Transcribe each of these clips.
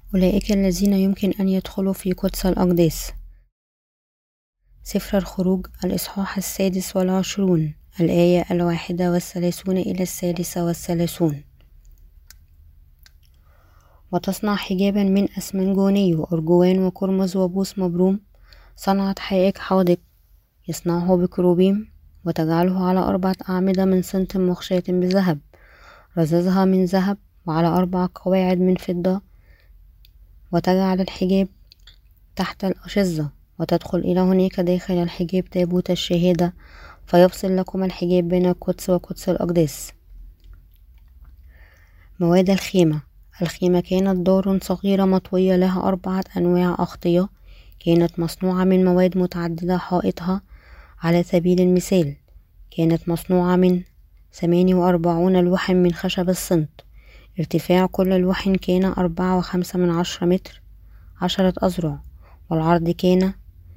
أولئك الذين يمكن أن يدخلوا في قدس الأقداس. سفر الخروج الإصحاح 26 الآية 31 إلى 33. وتصنع حجابا من أسمنجوني وأرجوان وقرمز وبوس مبروم. صنعت حائك حاضق يصنعه بكروبيم، وتجعله على 4 أعمدة من سنت مخشاة بذهب، رزازها من ذهب، وعلى 4 قواعد من فضة. وتجعل الحجاب تحت الأشزة، وتدخل إلى هناك داخل الحجاب تابوت الشهادة، فيفصل لكم الحجاب بين القدس وقدس الأقداس. مواد الخيمة. الخيمة كانت دار صغيرة مطوية لها 4 أنواع أغطية، كانت مصنوعة من مواد متعددة. حائطها على سبيل المثال كانت مصنوعة من 48 لوحا من خشب الصمت. ارتفاع كل لوح كان 4.5 متر 10 أذرع، والعرض كان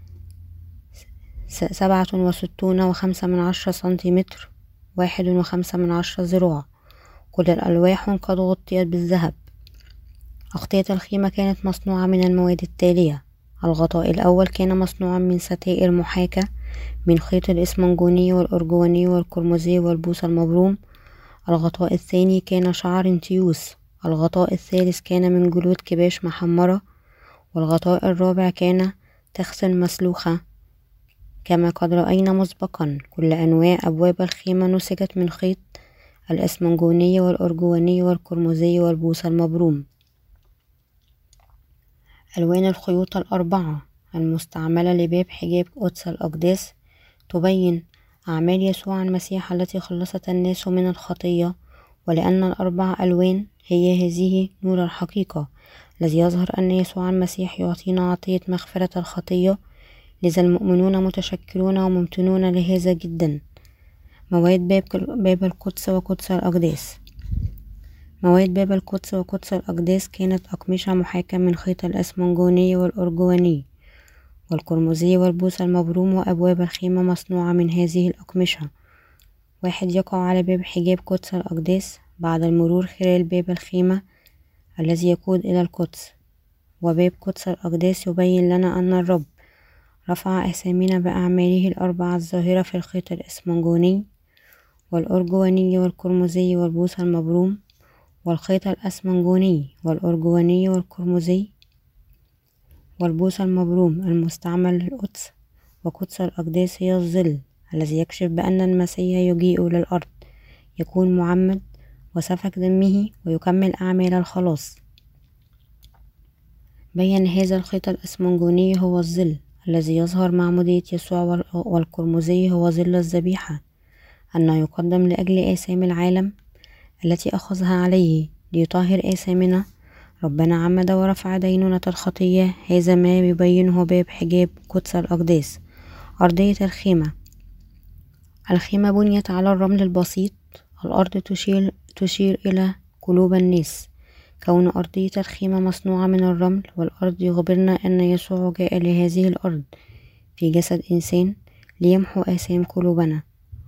67.5 سنتيمتر 1.5 ذراع. كل الألواح قد غطيت بالذهب. أغطية الخيمة كانت مصنوعة من المواد التالية: الغطاء الأول كان مصنوعا من ستائر محاكاة من خيط الإسمنجوني والأرجواني والقرمزي والبوص المبروم. الغطاء الثاني كان شعر تيوس. الغطاء الثالث كان من جلود كباش محمرة. والغطاء الرابع كان تخسن مسلوخة. كما قد رأينا مسبقا، كل أنواع أبواب الخيمة نسجت من خيط الإسمنجوني والأرجواني والقرمزي والبوص المبروم. ألوان الخيوط 4 المستعملة لباب حجاب قدس الأقداس تبين أعمال يسوع المسيح التي خلصت الناس من الخطية، ولأن ال4 ألوان هي هذه نور الحقيقة الذي يظهر أن يسوع المسيح يعطينا عطية مغفرة الخطية، لذا المؤمنون متشكرون وممتنون لهذا جدا. مواد باب القدس وقدس الأقداس. مواد باب القدس وقدس الأقداس كانت أقمشة محاكاة من خيط الأسمنجوني والأرجواني والقرمزي والبوص المبروم. وأبواب الخيمة مصنوعة من هذه الأقمشة. 1 يقع على باب حجاب قدس الأقداس بعد المرور خلال باب الخيمة الذي يقود إلى القدس. وباب قدس الأقداس يبين لنا أن الرب رفع أسامينا بأعماله ال4 الظاهرة في الخيط الإسمنجوني والأرجواني والقرمزي والبوص المبروم، والخيط الأسمنجوني والأرجواني والقرمزي والبوص المبروم المستعمل للقدس. وقدس الأقداس هي الظل الذي يكشف بأن المسيح يجيء للأرض، يكون معمد وسفك دمه ويكمل أعمال الخلاص. بين هذا الخيط الأسمنجوني هو الظل الذي يظهر معمودية يسوع، والقرمزي هو ظل الذبيحة، أنه يقدم لأجل آثام العالم التي أخذها عليه ليطهر آثامنا. ربنا عمد ورفع دينونة الخطية. هذا ما يبينه باب حجاب قدس الأقداس. أرضية الخيمة. الخيمة بنيت على الرمل البسيط. الأرض تشير إلى قلوب الناس. كون أرضية الخيمة مصنوعة من الرمل والأرض يخبرنا أن يسوع جاء لهذه الأرض في جسد إنسان ليمحو آثام قلوبنا.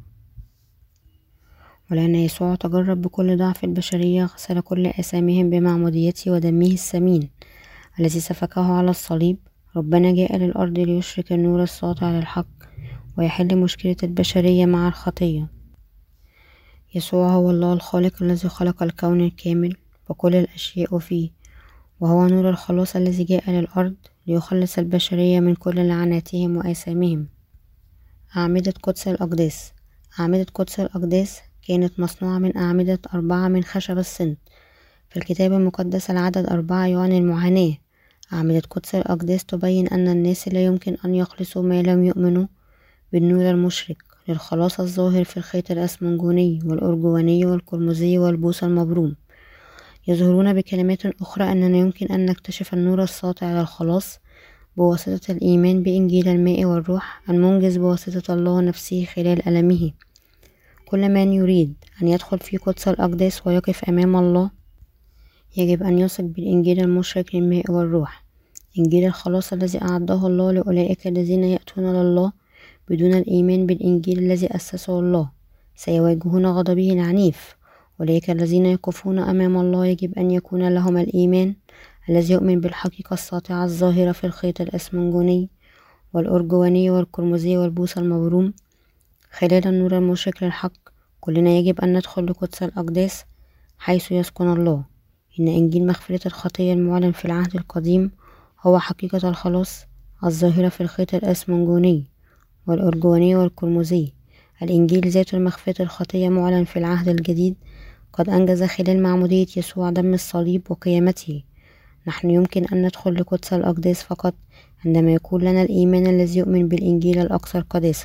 ولأن يسوع تجرب بكل ضعف البشرية، غسل كل آثامهم بمعموديته ودمه الثمين الذي سفكه على الصليب. ربنا جاء للأرض ليشرك النور الساطع للحق ويحل مشكلة البشرية مع الخطية. يسوع هو الله الخالق الذي خلق الكون الكامل وكل الأشياء فيه، وهو نور الخلاص الذي جاء للأرض ليخلص البشرية من كل لعناتهم وآثامهم. أعمدة قدس الأقداس. أعمدة قدس الأقداس كانت مصنوعة من أعمدة 4 من خشب الصمت. في الكتاب المقدس العدد 4 يعني المعاناة. أعمدة قدس الأقداس تبين أن الناس لا يمكن أن يخلصوا ما لم يؤمنوا بالنور المشرق للخلاص الظاهر في الخيط الأسمنجوني والأرجواني والقرمزي والبوص المبروم. يظهرون بكلمات أخرى أننا يمكن أن نكتشف النور الساطع للخلاص بواسطة الإيمان بإنجيل الماء والروح المنجز بواسطة الله نفسه خلال ألمه. كل من يريد أن يدخل في قدس الأقداس ويقف أمام الله يجب أن يثق بالإنجيل المشرق للماء والروح، إنجيل الخلاص الذي أعده الله لأولئك الذين يأتون لله بدون الإيمان بالإنجيل الذي أسسه الله. سيواجهون غضبه العنيف. أولئك الذين يقفون أمام الله يجب أن يكون لهم الإيمان الذي يؤمن بالحقيقة الساطعة الظاهرة في الخيط الأسمنجوني والأرجواني والقرمزي والبوص المبروم خلال النور المشرق للحق. كلنا يجب أن ندخل لقدس الأقداس حيث يسكن الله. إن إنجيل مغفرة الخطية المعلن في العهد القديم هو حقيقة الخلاص الظاهرة في الخيط الأسمنجوني والأرجواني والقرمزي. الإنجيل ذات المغفرة الخطية معلن في العهد الجديد قد أنجز خلال معمودية يسوع دم الصليب وقيامته. نحن يمكن أن ندخل لقدس الأقداس فقط عندما يكون لنا الإيمان الذي يؤمن بالإنجيل الأكثر قداسة.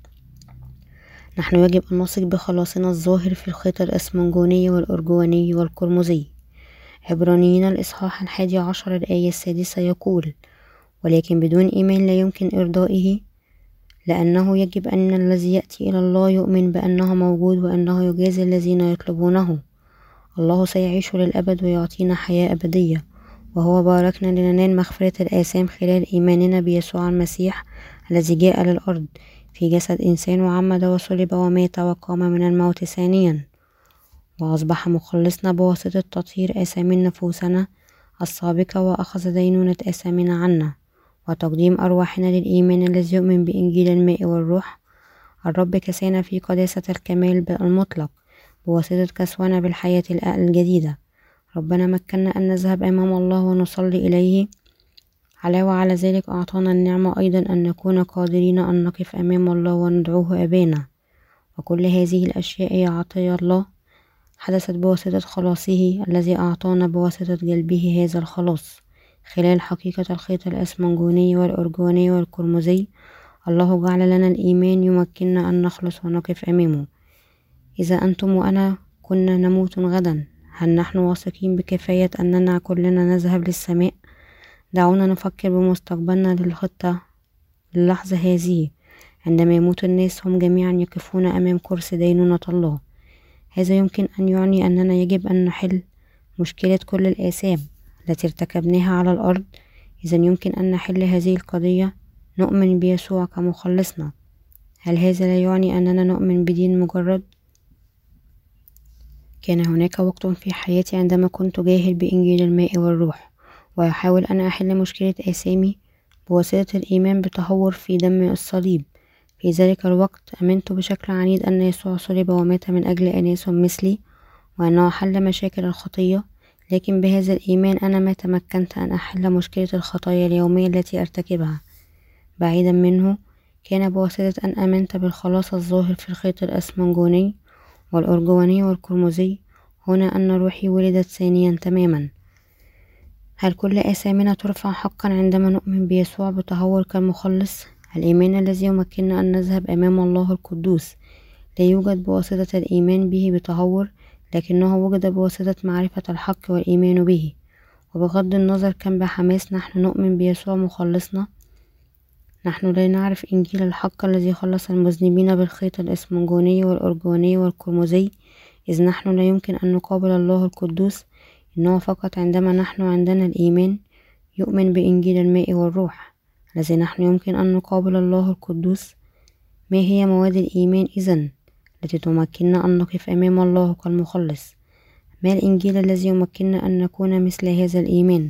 نحن يجب أن نثق بخلاصنا الظاهر في الخيط الأسمنجوني والأرجواني والقرمزي. عبرانيين الإصحاح 11 الآية 6 يقول: ولكن بدون إيمان لا يمكن إرضائه، لأنه يجب أن الذي يأتي إلى الله يؤمن بأنه موجود وأنه يجازي الذين يطلبونه. الله سيعيش للأبد ويعطينا حياة أبدية، وهو باركنا لننال مغفرة الآثام خلال إيماننا بيسوع المسيح الذي جاء للأرض في جسد إنسان وعمد وصلب ومات وقام من الموت ثانيا، وأصبح مخلصنا بواسطة تطهير آثام نفوسنا السابقة وأخذ دينونة آثامنا عنا وتقديم أرواحنا للإيمان الذي يؤمن بإنجيل الماء والروح. الرب كسانا في قداسة الكمال المطلق بواسطة كسونا بالحياة الجديدة. ربنا مكننا أن نذهب أمام الله ونصلي إليه. علاوة على ذلك أعطانا النعمة أيضا أن نكون قادرين أن نقف أمام الله وندعوه أبانا. وكل هذه الأشياء هي عطية الله حدثت بواسطة خلاصه الذي أعطانا بواسطة جلبه هذا الخلاص خلال حقيقة الخيط الأسمنجوني والأرجواني والقرمزي. الله جعل لنا الإيمان يمكننا أن نخلص ونقف أمامه. إذا أنتم وأنا كنا نموت غدا، هل نحن واثقين بكفاية أننا كلنا نذهب للسماء؟ دعونا نفكر بمستقبلنا للخطة للحظة هذه. عندما يموت الناس هم جميعا يقفون أمام كرسي دينونة الله. هذا يمكن أن يعني أننا يجب أن نحل مشكلة كل الآثام التي ارتكبناها على الأرض. إذا يمكن أن نحل هذه القضية نؤمن بيسوع كمخلصنا. هل هذا لا يعني أننا نؤمن بدين مجرد؟ كان هناك وقت في حياتي عندما كنت جاهل بإنجيل الماء والروح وأحاول أن أحل مشكلة آثامي بواسطة الإيمان بتهور في دم الصليب. في ذلك الوقت آمنت بشكل عنيد أن يسوع صلب ومات من أجل أناس مثلي وأنه حل مشاكل الخطية، لكن بهذا الإيمان أنا ما تمكنت أن أحل مشكلة الخطايا اليومية التي أرتكبها. بعيدا منه كان بواسطة أن آمنت بالخلاص الظاهر في الخيط الأسمنجوني والأرجواني والقرمزي هنا أن روحي ولدت ثانيا تماما. هل كل آثامنا ترفع حقا عندما نؤمن بيسوع بتهور كالمخلص؟ الإيمان الذي يمكننا أن نذهب أمام الله القدوس لا يوجد بواسطة الإيمان به بتهور، لكنه وجد بواسطة معرفة الحق والإيمان به. وبغض النظر كم بحماس نحن نؤمن بيسوع مخلصنا، نحن لا نعرف إنجيل الحق الذي خلص المذنبين بالخيط الأسمنجوني والأرجواني والقرمزي، إذ نحن لا يمكن أن نقابل الله القدوس. إنه فقط عندما نحن عندنا الإيمان يؤمن بإنجيل الماء والروح الذي نحن يمكن أن نقابل الله القدوس. ما هي مواد الإيمان إذن التي تمكننا أن نقف أمام الله كالمخلص؟ ما الإنجيل الذي يمكننا أن نكون مثل هذا الإيمان؟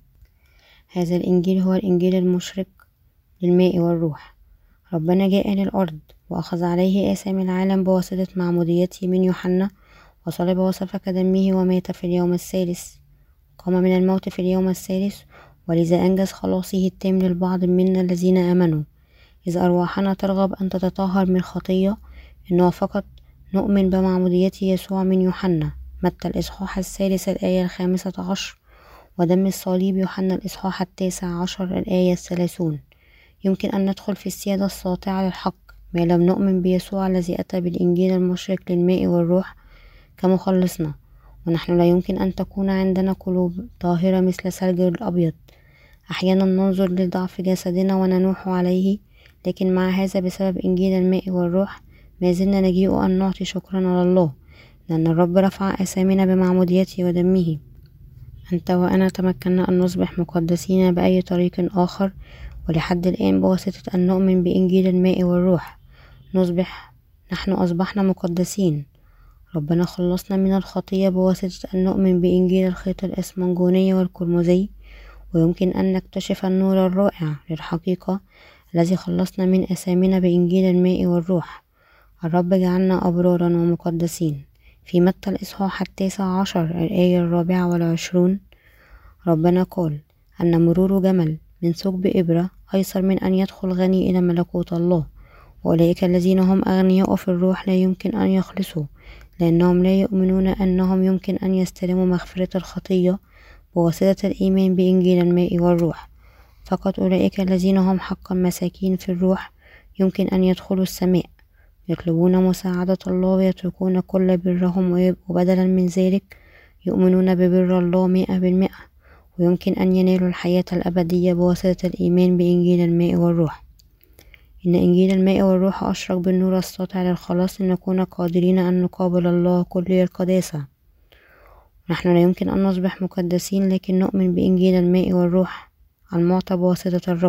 هذا الإنجيل هو الإنجيل المشرق للماء والروح. ربنا جاء للأرض وأخذ عليه آثام العالم بواسطة معموديته من يوحنا، وصلب وسفك دمه ومات في اليوم الثالث، قام من الموت في اليوم الثالث، ولذا أنجز خلاصه التام للبعض منا الذين آمنوا. إذا أرواحنا ترغب أن تتطهر من خطية، إنه فقط نؤمن بمعمودية يسوع من يوحنا متى الإصحاح 3 الآية 15، ودم الصليب يوحنا الإصحاح 19 الآية 30. يمكن أن ندخل في السيادة الساطعة للحق ما لم نؤمن بيسوع الذي أتى بالإنجيل المشرق للماء والروح كمخلصنا. ونحن لا يمكن أن تكون عندنا قلوب طاهرة مثل الثلج الأبيض. أحيانا ننظر لضعف جسدنا وننوح عليه، لكن مع هذا بسبب إنجيل الماء والروح ما زلنا نجيء أن نعطي شكرنا لله، لأن الرب رفع آثامنا بمعموديته ودمه. أنت وأنا تمكنا أن نصبح مقدسين بأي طريق آخر، ولحد الآن بواسطة أن نؤمن بإنجيل الماء والروح نحن أصبحنا مقدسين. ربنا خلصنا من الخطية بواسطة أن نؤمن بإنجيل الخيط الإسمنجوني والقرمزي، ويمكن أن نكتشف النور الرائع للحقيقة الذي خلصنا من آثامنا بإنجيل الماء والروح. الرب جعلنا أبرارا ومقدسين. في متى الإصحاح 19 الآية 24 ربنا قال أن مرور جمل من ثقب إبرة أيسر من أن يدخل غني إلى ملكوت الله. وأولئك الذين هم أغنياء في الروح لا يمكن أن يخلصوا، لأنهم لا يؤمنون أنهم يمكن أن يستلموا مغفرة الخطية بواسطة الإيمان بإنجيل الماء والروح. فقط أولئك الذين هم حقا مساكين في الروح يمكن أن يدخلوا السماء، يطلبون مساعدة الله ويتركون كل برهم، وبدلا من ذلك يؤمنون ببر الله 100%، ويمكن أن ينالوا الحياة الأبدية بواسطة الإيمان بإنجيل الماء والروح. إن إنجيل الماء والروح أشرق بالنور الساطع للخلاص لنكون قادرين أن نقابل الله كل القداسة. نحن لا يمكن أن نصبح مقدسين، لكن نؤمن بإنجيل الماء والروح المعطى بواسطة الرب.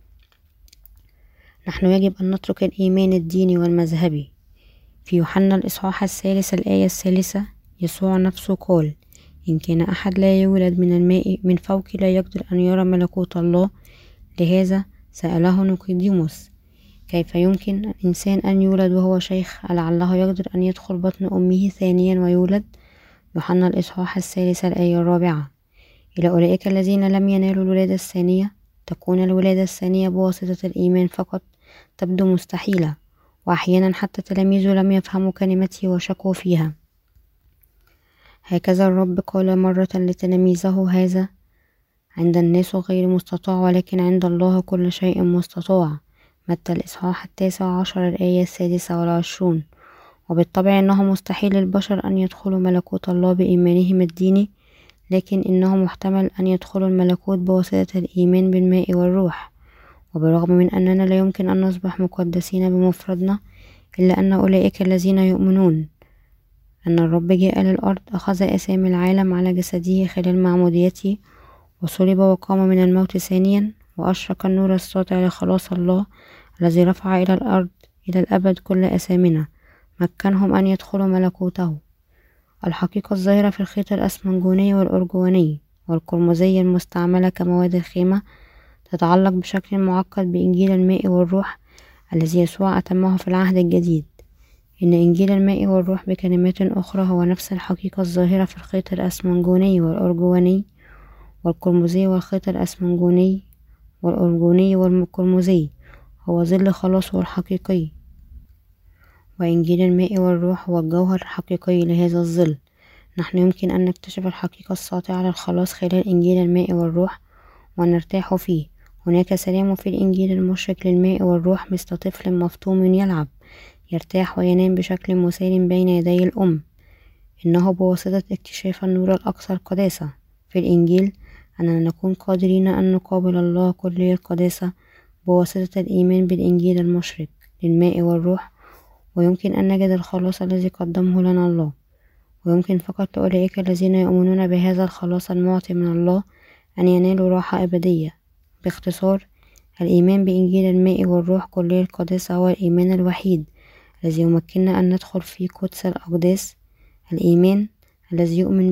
نحن يجب أن نترك الإيمان الديني والمذهبي. في يوحنا الإصحاح 3 الآية 3 يسوع نفسه قال: إن كان أحد لا يولد من الماء من فوق لا يقدر أن يرى ملكوت الله. لهذا سأله نيقوديموس: كيف يمكن الإنسان أن يولد وهو شيخ؟ لعله يقدر أن يدخل بطن أمه ثانيا ويولد؟ يوحنا الإصحاح 3 الآية 4. إلى أولئك الذين لم ينالوا الولادة الثانية، تكون الولادة الثانية بواسطة الإيمان فقط تبدو مستحيلة، وأحيانا حتى تلاميذه لم يفهموا كلمته وشكوا فيها. هكذا الرب قال مرة لتلاميذه: هذا عند الناس غير مستطاع، ولكن عند الله كل شيء مستطاع. متى الإصحاح 19 الآية 26. وبالطبع إنه مستحيل للبشر أن يدخلوا ملكوت الله بإيمانهم الديني، لكن إنه محتمل أن يدخلوا الملكوت بواسطة الإيمان بالماء والروح. وبالرغم من أننا لا يمكن أن نصبح مقدسين بمفردنا، إلا أن أولئك الذين يؤمنون أن الرب جاء للأرض، أخذ آثام العالم على جسده خلال معموديته، وصلب وقام من الموت ثانيا، وأشرق النور الساطع لخلاص الله الذي رفع إلى الأرض إلى الأبد كل آثامنا، مكنهم أن يدخلوا ملكوته. الحقيقة الظاهرة في الخيط الأسمنجوني والأرجواني والقرمزي المستعملة كمواد الخيمة تتعلق بشكل معقد بإنجيل الماء والروح الذي يسوع أتمه في العهد الجديد. إن إنجيل الماء والروح بكلمات أخرى هو نفس الحقيقة الظاهرة في الخيط الأسمنجوني والأرجواني والقرمزي. والخيط الأسمنجوني والأرجوني والقرمزي هو ظل خلاصه الحقيقي، وإنجيل الماء والروح هو الجوهر الحقيقي لهذا الظل. نحن يمكن أن نكتشف الحقيقة الساطعة للخلاص خلال إنجيل الماء والروح ونرتاح فيه. هناك سلام في الإنجيل المشرق للماء والروح، مثل طفل مفطوم يلعب، يرتاح وينام بشكل مسالم بين يدي الأم. إنه بواسطة اكتشاف النور الأكثر قداسة في الإنجيل أننا نكون قادرين أن نقابل الله كل القداسة بواسطة الإيمان بالإنجيل المشرق للماء والروح، ويمكن أن نجد الخلاص الذي قدمه لنا الله. ويمكن فقط لأولئك الذين يؤمنون بهذا الخلاص المعطي من الله أن ينالوا راحة أبدية. باختصار، الإيمان بإنجيل الماء والروح كل القداسة هو الإيمان الوحيد الذي يمكننا أن ندخل في قدس الأقداس. الإيمان الذي يؤمن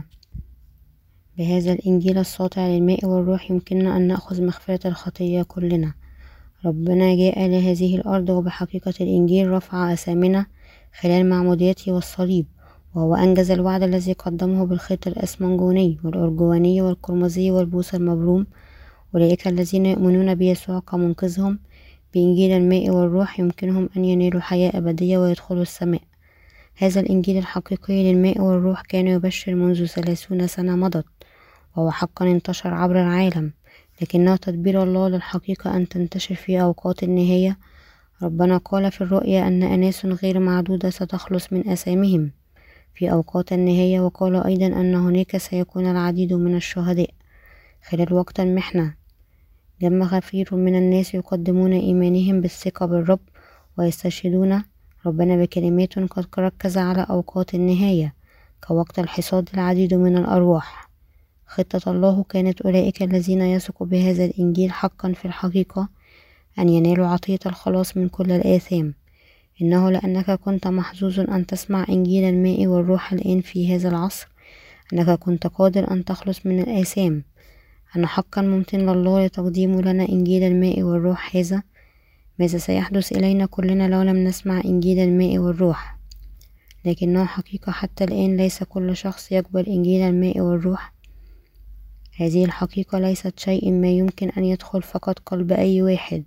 بهذا الإنجيل الساطع للماء والروح يمكننا أن نأخذ مغفرة الخطية كلنا. ربنا جاء لهذه الأرض، وبحقيقة الإنجيل رفع آثامنا خلال معموديته والصليب، وهو أنجز الوعد الذي قدمه بالخيط الأسمنجوني والأرجواني والقرمزي والبوس المبروم. أولئك الذين يؤمنون بيسوع كمنقذهم بإنجيل الماء والروح يمكنهم أن ينالوا حياة أبدية ويدخلوا السماء. هذا الإنجيل الحقيقي للماء والروح كان يبشر منذ 30 سنة مضت، وهو حقا انتشر عبر العالم، لكنه تدبير الله للحقيقة أن تنتشر في أوقات النهاية. ربنا قال في الرؤيا أن أناس غير معدودة ستخلص من آثامهم في أوقات النهاية، وقال أيضا أن هناك سيكون العديد من الشهداء خلال وقت المحنة. جمع غفير من الناس يقدمون إيمانهم بالثقة بالرب ويستشهدون ربنا بكلمات قد ركز على أوقات النهاية كوقت الحصاد العديد من الأرواح. خطة الله كانت أولئك الذين يثقوا بهذا الإنجيل حقا في الحقيقة أن ينالوا عطية الخلاص من كل الآثام. إنه لأنك كنت محظوظ أن تسمع إنجيل الماء والروح الآن في هذا العصر، أنك كنت قادر أن تخلص من الآثام، أن حقا ممكن لله لتقديم لنا إنجيل الماء والروح هذا. ماذا سيحدث إلينا كلنا لو لم نسمع إنجيل الماء والروح؟ لكنه حقيقة حتى الآن ليس كل شخص يقبل إنجيل الماء والروح. هذه الحقيقة ليست شيء ما يمكن أن يدخل فقط قلب أي واحد.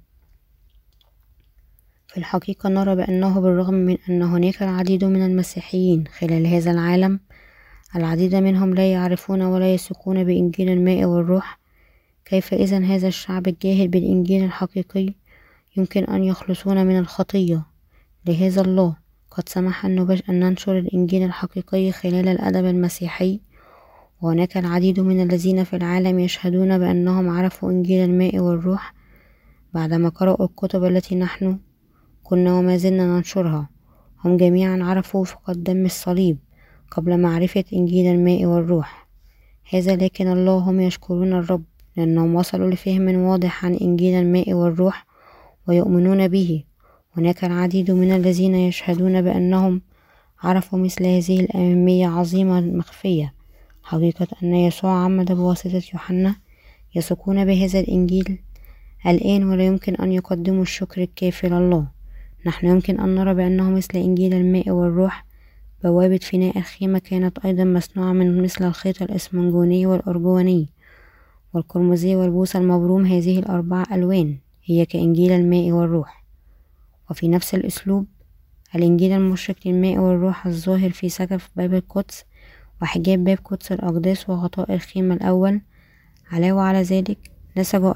في الحقيقة نرى بأنه بالرغم من أن هناك العديد من المسيحيين خلال هذا العالم، العديد منهم لا يعرفون ولا يثقون بإنجيل الماء والروح. كيف إذن هذا الشعب الجاهل بالإنجيل الحقيقي يمكن أن يخلصون من الخطية؟ لهذا الله قد سمح أن ننشر الإنجيل الحقيقي خلال الأدب المسيحي، وهناك العديد من الذين في العالم يشهدون بأنهم عرفوا إنجيل الماء والروح بعدما قرأوا الكتب التي نحن كنا وما زلنا ننشرها. هم جميعا عرفوا فقط دم الصليب قبل معرفة إنجيل الماء والروح هذا، لكن الله هم يشكرون الرب لأنهم وصلوا لفهم واضح عن إنجيل الماء والروح ويؤمنون به. هناك العديد من الذين يشهدون بأنهم عرفوا مثل هذه الأهمية عظيمة مخفية، حقيقة أن يسوع عمد بواسطة يوحنا، يثقون بهذا الإنجيل الآن ولا يمكن أن يقدموا الشكر الكافي لله. نحن يمكن أن نرى بأنه مثل إنجيل الماء والروح، بوابة فناء الخيمة كانت أيضا مصنوعة من مثل الخيط الإسمنجوني والأرجواني والقرمزي والبوص المبروم. هذه الأربع ألوان هي كإنجيل الماء والروح. وفي نفس الأسلوب الإنجيل المشرق للماء والروح الظاهر في سقف باب القدس وحجاب باب قدس الأقداس وغطاء الخيمة الأول، علاوة على ذلك نسج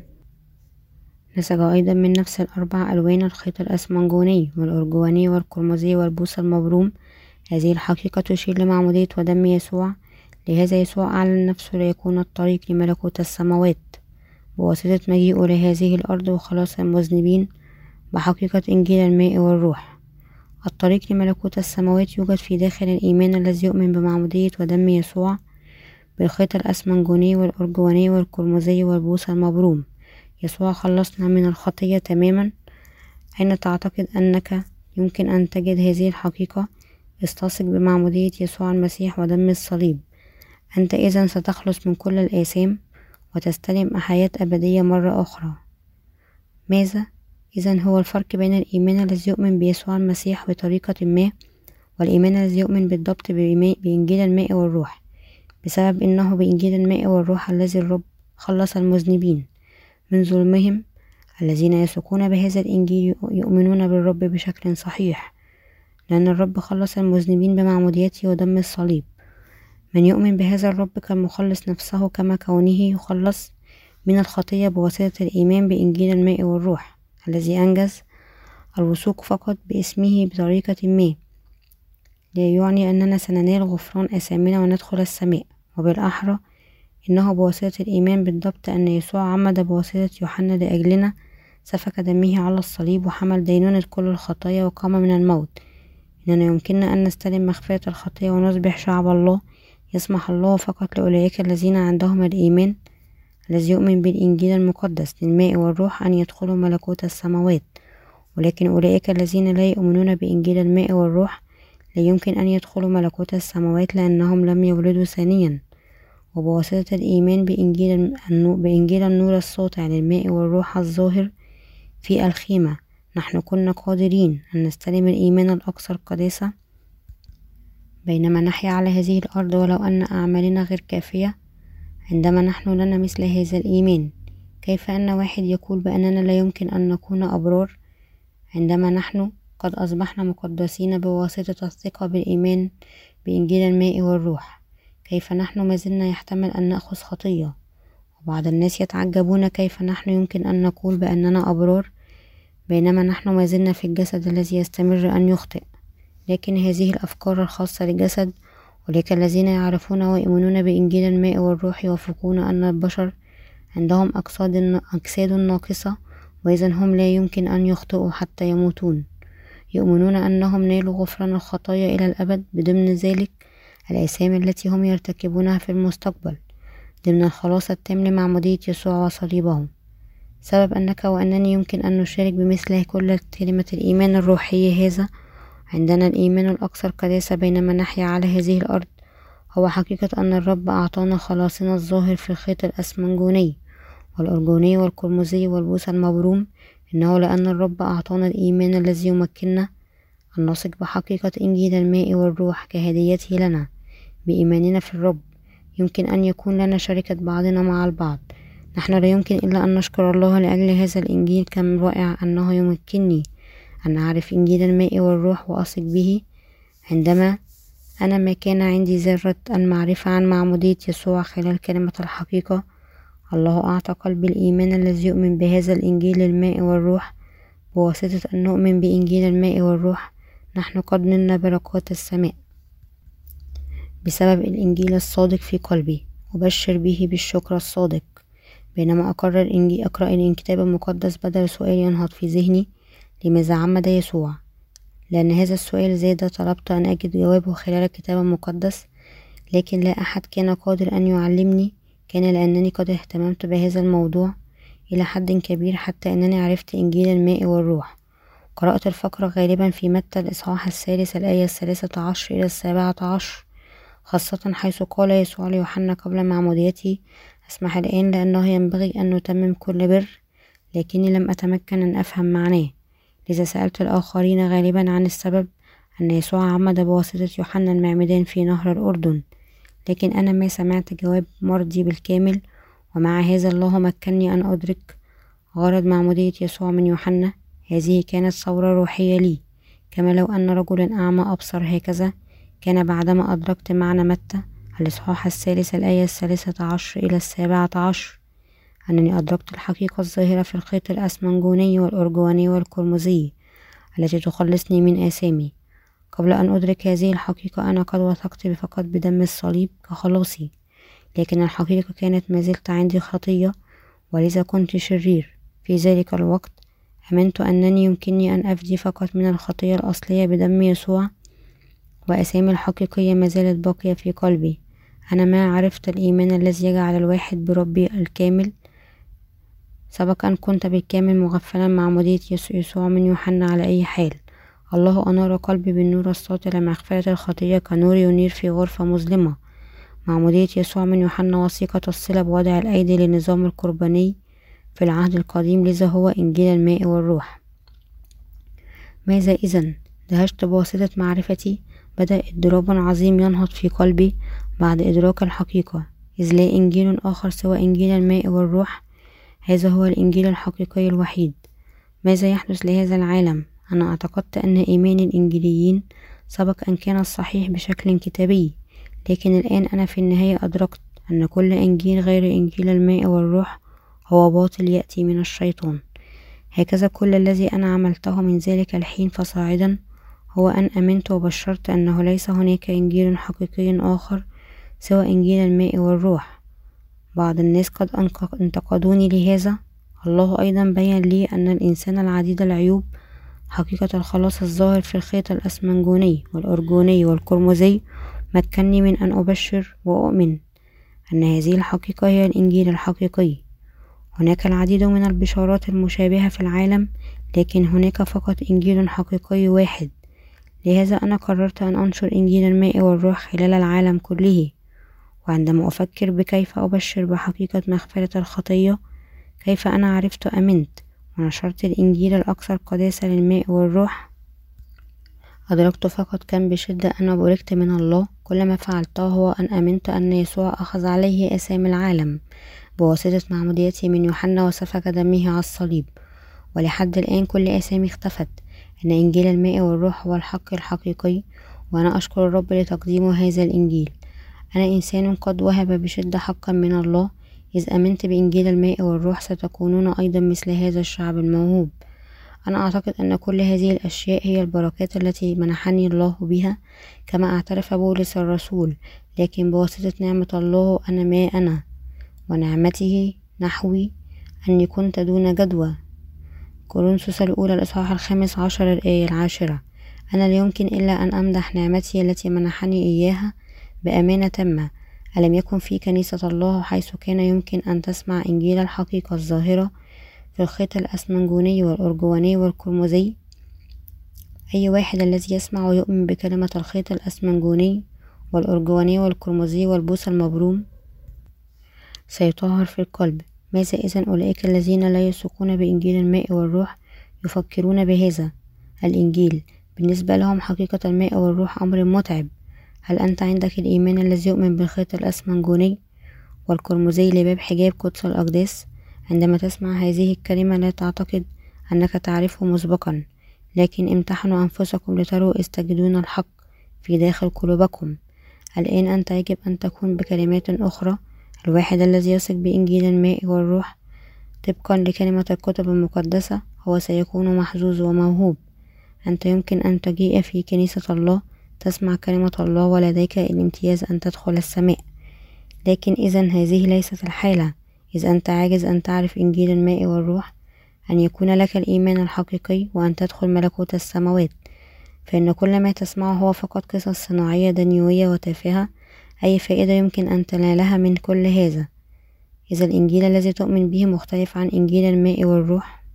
أيضا من نفس الأربع ألوان الخيط الأسمنجوني والأرجواني والقرمزي والبوص المبروم. هذه الحقيقة تشير لمعمودية ودم يسوع. لهذا يسوع أعلن نفسه ليكون الطريق لملكوت السماوات بواسطة مجيئه لهذه الأرض وخلاص المذنبين بحقيقة إنجيل الماء والروح. الطريق لملكوت السماوات يوجد في داخل الإيمان الذي يؤمن بمعمودية ودم يسوع بالخيط الأسمنجوني والأرجواني والقرمزي والبوص المبروم. يسوع خلصنا من الخطية تماما. أين تعتقد أنك يمكن أن تجد هذه الحقيقة؟ استثق بمعمودية يسوع المسيح ودم الصليب. أنت إذن ستخلص من كل الآثام وتستلم حياة أبدية مرة أخرى. ماذا إذن هو الفرق بين الإيمان الذي يؤمن بيسوع المسيح بطريقة ما والإيمان الذي يؤمن بالضبط بإنجيل الماء والروح؟ بسبب إنه بإنجيل الماء والروح الذي الرب خلص المذنبين من ظلمهم. الذين يثقون بهذا الإنجيل يؤمنون بالرب بشكل صحيح، لأن الرب خلص المذنبين بمعموديته ودم الصليب. من يؤمن بهذا الرب كالمخلص نفسه كما كونه يخلص من الخطية بواسطة الإيمان بإنجيل الماء والروح الذي أنجز الوثوق فقط باسمه بطريقة ما، لا يعني أننا سننال غفران آثامنا وندخل السماء، وبالأحرى إنه بواسطة الإيمان بالضبط أن يسوع عمد بواسطة يوحنا لأجلنا، سفك دمه على الصليب وحمل دينونة كل الخطايا وقام من الموت. إننا يمكننا أن نستلم مغفرة الخطايا ونصبح شعب الله. يسمح الله فقط لأولئك الذين عندهم الإيمان الذي يؤمن بالإنجيل المقدس للماء والروح أن يدخلوا ملكوت السماوات، ولكن أولئك الذين لا يؤمنون بإنجيل الماء والروح لا يمكن أن يدخلوا ملكوت السماوات لأنهم لم يولدوا ثانيا. وبواسطة الإيمان بإنجيل النور الساطع للماء والروح الظاهر في الخيمة نحن كنا قادرين أن نستلم الإيمان الأكثر قداسة بينما نحيا على هذه الأرض ولو أن أعمالنا غير كافية. عندما نحن لنا مثل هذا الإيمان، كيف أن واحد يقول بأننا لا يمكن أن نكون أبرار عندما نحن قد أصبحنا مقدسين بواسطة الثقة بالإيمان بإنجيل الماء والروح؟ كيف نحن ما زلنا يحتمل أن نأخذ خطية؟ وبعض الناس يتعجبون كيف نحن يمكن أن نقول بأننا أبرار بينما نحن ما زلنا في الجسد الذي يستمر أن يخطئ. لكن هذه الأفكار الخاصة للجسد، ولكن الذين يعرفون ويؤمنون بإنجيل الماء والروح يوافقون أن البشر عندهم أجساد ناقصة، وإذن هم لا يمكن أن يخطئوا حتى يموتون. يؤمنون أنهم نالوا غفران الخطايا إلى الأبد، بضمن ذلك الآثام التي هم يرتكبونها في المستقبل، ضمن الخلاص التام لمعمودية يسوع وصليبه. سبب أنك وأنني يمكن أن نشارك بمثله كل كلمة الإيمان الروحي هذا عندنا الإيمان الأكثر قداسة بينما نحيا على هذه الأرض هو حقيقة أن الرب أعطانا خلاصنا الظاهر في الخيط الأسمنجوني والأرجوني والقرمزي والبوس المبروم. إنه لأن الرب أعطانا الإيمان الذي يمكننا أن نثق بحقيقة إنجيل الماء والروح كهديته لنا. بإيماننا في الرب يمكن أن يكون لنا شركة بعضنا مع البعض. نحن لا يمكن إلا أن نشكر الله لأجل هذا الإنجيل. كم رائع أنه يمكنني أن أعرف إنجيل الماء والروح وأثق به عندما أنا ما كان عندي ذرة المعرفة عن معمودية يسوع خلال كلمة الحقيقة. الله أعطى قلبي الإيمان الذي يؤمن بهذا الإنجيل الماء والروح. بواسطة أن نؤمن بإنجيل الماء والروح نحن قد نلنا بركات السماء. بسبب الإنجيل الصادق في قلبي أبشر به بالشكر الصادق. بينما أقرأ الكتاب المقدس بدل سؤال ينهض في ذهني: لماذا عمد يسوع؟ لأن هذا السؤال زاد طلبت أن أجد جوابه خلال الكتاب المقدس، لكن لا أحد كان قادر أن يعلمني. كان لأنني قد اهتممت بهذا الموضوع إلى حد كبير حتى أنني عرفت إنجيل الماء والروح. قرأت الفقرة غالبا في متى الإصحاح 3 الآية 13 إلى 17، خاصة حيث قال يسوع ليوحنا قبل معموديته: أسمح الآن لأنه ينبغي أن نتمم كل بر، لكني لم أتمكن أن أفهم معناه. لذا سألت الآخرين غالبا عن السبب أن يسوع عمد بواسطة يوحنا المعمدان في نهر الأردن، لكن أنا ما سمعت جواب مرضي بالكامل. ومع هذا الله مكنني أن أدرك غرض معمودية يسوع من يوحنا. هذه كانت ثورة روحية لي، كما لو أن رجل أعمى أبصر. هكذا كان بعدما أدركت معنى متى الإصحاح 3 الآية 13 إلى 17 أنني أدركت الحقيقة الظاهرة في الخيط الأسمنجوني والأرجواني والقرمزي التي تخلصني من آثامي. قبل أن أدرك هذه الحقيقة أنا قد وثقت فقط بدم الصليب كخلاصي، لكن الحقيقة كانت ما زلت عندي خطية، ولذا كنت شرير. في ذلك الوقت آمنت أنني يمكنني أن أفدي فقط من الخطية الأصلية بدم يسوع، وآثامي الحقيقية ما زالت باقية في قلبي. أنا ما عرفت الإيمان الذي يجعل الواحد بربي الكامل. سبق أن كنت بالكامل مغفلا معمودية يسوع من يوحنا على أي حال. الله أنار قلبي بالنور الساطع لمغفرة الخطية كنور ينير في غرفة مظلمة. معمودية يسوع من يوحنا وثيقة الصلة بوضع الأيدي للنظام القرباني في العهد القديم، لذا هو إنجيل الماء والروح. ماذا إذن؟ دهشت بواسطة معرفتي. بدأ اضطراب عظيم ينهض في قلبي بعد إدراك الحقيقة، إذ لا إنجيل آخر سوى إنجيل الماء والروح. هذا هو الإنجيل الحقيقي الوحيد. ماذا يحدث لهذا العالم؟ أنا اعتقدت أن إيمان الإنجيليين سبق أن كان صحيح بشكل كتابي، لكن الآن أنا في النهاية أدركت أن كل إنجيل غير إنجيل الماء والروح هو باطل يأتي من الشيطان. هكذا كل الذي أنا عملته من ذلك الحين فصاعدا هو أن أمنت وبشرت أنه ليس هناك إنجيل حقيقي آخر سوى إنجيل الماء والروح. بعض الناس قد انتقدوني لهذا. الله أيضا بيّن لي أن الإنسان العديد العيوب حقيقة الخلاص الظاهر في الخيط الأسمنجوني والأرجوني والقرمزي مكنني من أن أبشر وأؤمن أن هذه الحقيقة هي الإنجيل الحقيقي. هناك العديد من البشارات المشابهة في العالم، لكن هناك فقط إنجيل حقيقي واحد. لهذا أنا قررت أن أنشر إنجيل الماء والروح خلال العالم كله. وعندما أفكر بكيف أبشر بحقيقة مغفرة الخطية، كيف أنا عرفت أمنت ونشرت الإنجيل الأكثر قداسة للماء والروح، أدركت فقط كم بشدة أنا بوركت من الله. كل ما فعلته هو أن أمنت أن يسوع أخذ عليه آثام العالم بواسطة معموديته من يوحنا وسفك دمه على الصليب، ولحد الآن كل آثامي اختفت. إن إنجيل الماء والروح هو الحق الحقيقي، وأنا أشكر الرب لتقديمه هذا الإنجيل. أنا إنسان قد وهب بشدة حقا من الله، إذ أمنت بإنجيل الماء والروح ستكونون أيضا مثل هذا الشعب الموهوب. أنا أعتقد أن كل هذه الأشياء هي البركات التي منحني الله بها، كما اعترف بولس الرسول: لكن بواسطة نعمة الله أنا ما أنا، ونعمته نحوي أني كنت دون جدوى. كورنثوس الأولى الإصحاح 15 الآية 10. أنا لا يمكن إلا أن أمدح نعمتي التي منحني إياها بأمانة تامة. ألم يكن في كنيسة الله حيث كان يمكن أن تسمع إنجيل الحقيقة الظاهرة في الخيط الأسمنجوني والأرجواني والقرمزي. أي واحد الذي يسمع ويؤمن بكلمة الخيط الأسمنجوني والأرجواني والقرمزي والبوس المبروم سيطهر في القلب. ماذا إذن أولئك الذين لا يثقون بإنجيل الماء والروح يفكرون بهذا الإنجيل بالنسبة لهم حقيقة الماء والروح أمر متعب؟ هل أنت عندك الإيمان الذي يؤمن بالخيط الأسمنجوني والقرمزي لباب حجاب قدس الأقداس؟ عندما تسمع هذه الكلمة لا تعتقد أنك تعرفه مسبقا، لكن امتحنوا أنفسكم لتروا إذ تجدون الحق في داخل قلوبكم. الآن أنت يجب أن تكون بكلمات أخرى الواحد الذي يثق بإنجيل الماء والروح طبقا لكلمة الكتب المقدسة هو سيكون محظوظ وموهوب. أنت يمكن أن تجيء في كنيسة الله تسمع كلمة الله ولديك الامتياز أن تدخل السماء، لكن إذن هذه ليست الحالة. إذ أنت عاجز أن تعرف إنجيل الماء والروح، أن يكون لك الإيمان الحقيقي وأن تدخل ملكوت السماوات، فإن كل ما تسمعه هو فقط قصص صناعية دنيوية وتافهة. أي فائدة يمكن أن تنالها من كل هذا إذا الإنجيل الذي تؤمن به مختلف عن إنجيل الماء والروح؟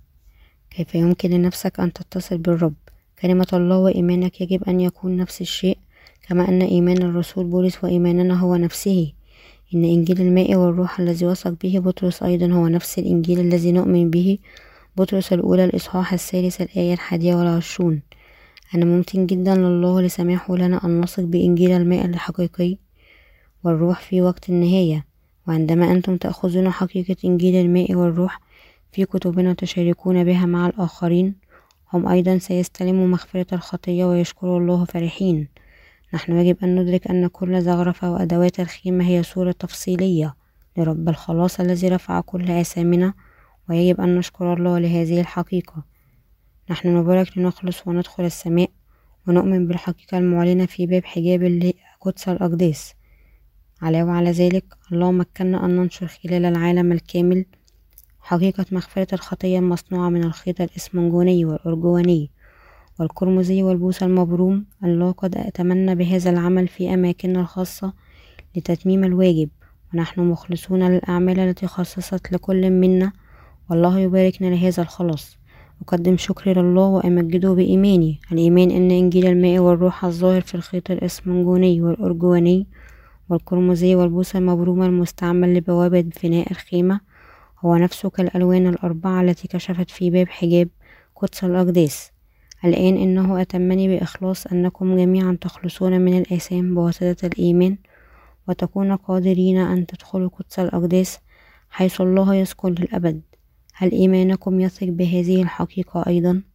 كيف يمكن لنفسك أن تتصل بالرب؟ كلمة الله وإيمانك يجب أن يكون نفس الشيء، كما أن إيمان الرسول بولس وإيماننا هو نفسه. إن إنجيل الماء والروح الذي وثق به بطرس أيضا هو نفس الإنجيل الذي نؤمن به. بطرس الأولى الإصحاح 3 الآية 21. أنا ممتن جدا لله لسماحه لنا أن نثق بإنجيل الماء الحقيقي والروح في وقت النهاية. وعندما أنتم تأخذون حقيقة إنجيل الماء والروح في كتبنا تشاركون بها مع الآخرين، هم أيضا سيستلموا مغفرة الخطية ويشكروا الله فرحين. نحن يجب أن ندرك أن كل زخرفة وأدوات الخيمة هي صورة تفصيلية لرب الخلاص الذي رفع كل آثامنا، ويجب أن نشكر الله لهذه الحقيقة. نحن نبارك لنخلص وندخل السماء ونؤمن بالحقيقة المعلنة في باب حجاب قدس الأقداس. علاوة على ذلك، الله مكننا أن ننشر خلال العالم الكامل حقيقة مغفرة الخطية المصنوعة من الخيط الإسمنجوني والأرجواني والقرمزي والبوس المبروم. الله قد أتمنى بهذا العمل في أماكننا الخاصة لتتميم الواجب، ونحن مخلصون للأعمال التي خصصت لكل منا، والله يباركنا لهذا الخلاص. أقدم شكري لله وأمجده بإيماني الإيمان أن إنجيل الماء والروح الظاهر في الخيط الإسمنجوني والأرجواني والقرمزي والبوس المبرومة المستعمل لبوابة فناء الخيمة هو نفسه كالألوان الأربعة التي كشفت في باب حجاب قدس الأقداس. الآن إنه أتمني بإخلاص أنكم جميعا تخلصون من الآثام بواسطة الإيمان وتكونوا قادرين أن تدخلوا قدس الأقداس حيث الله يسكن للأبد. هل إيمانكم يثق بهذه الحقيقة أيضا؟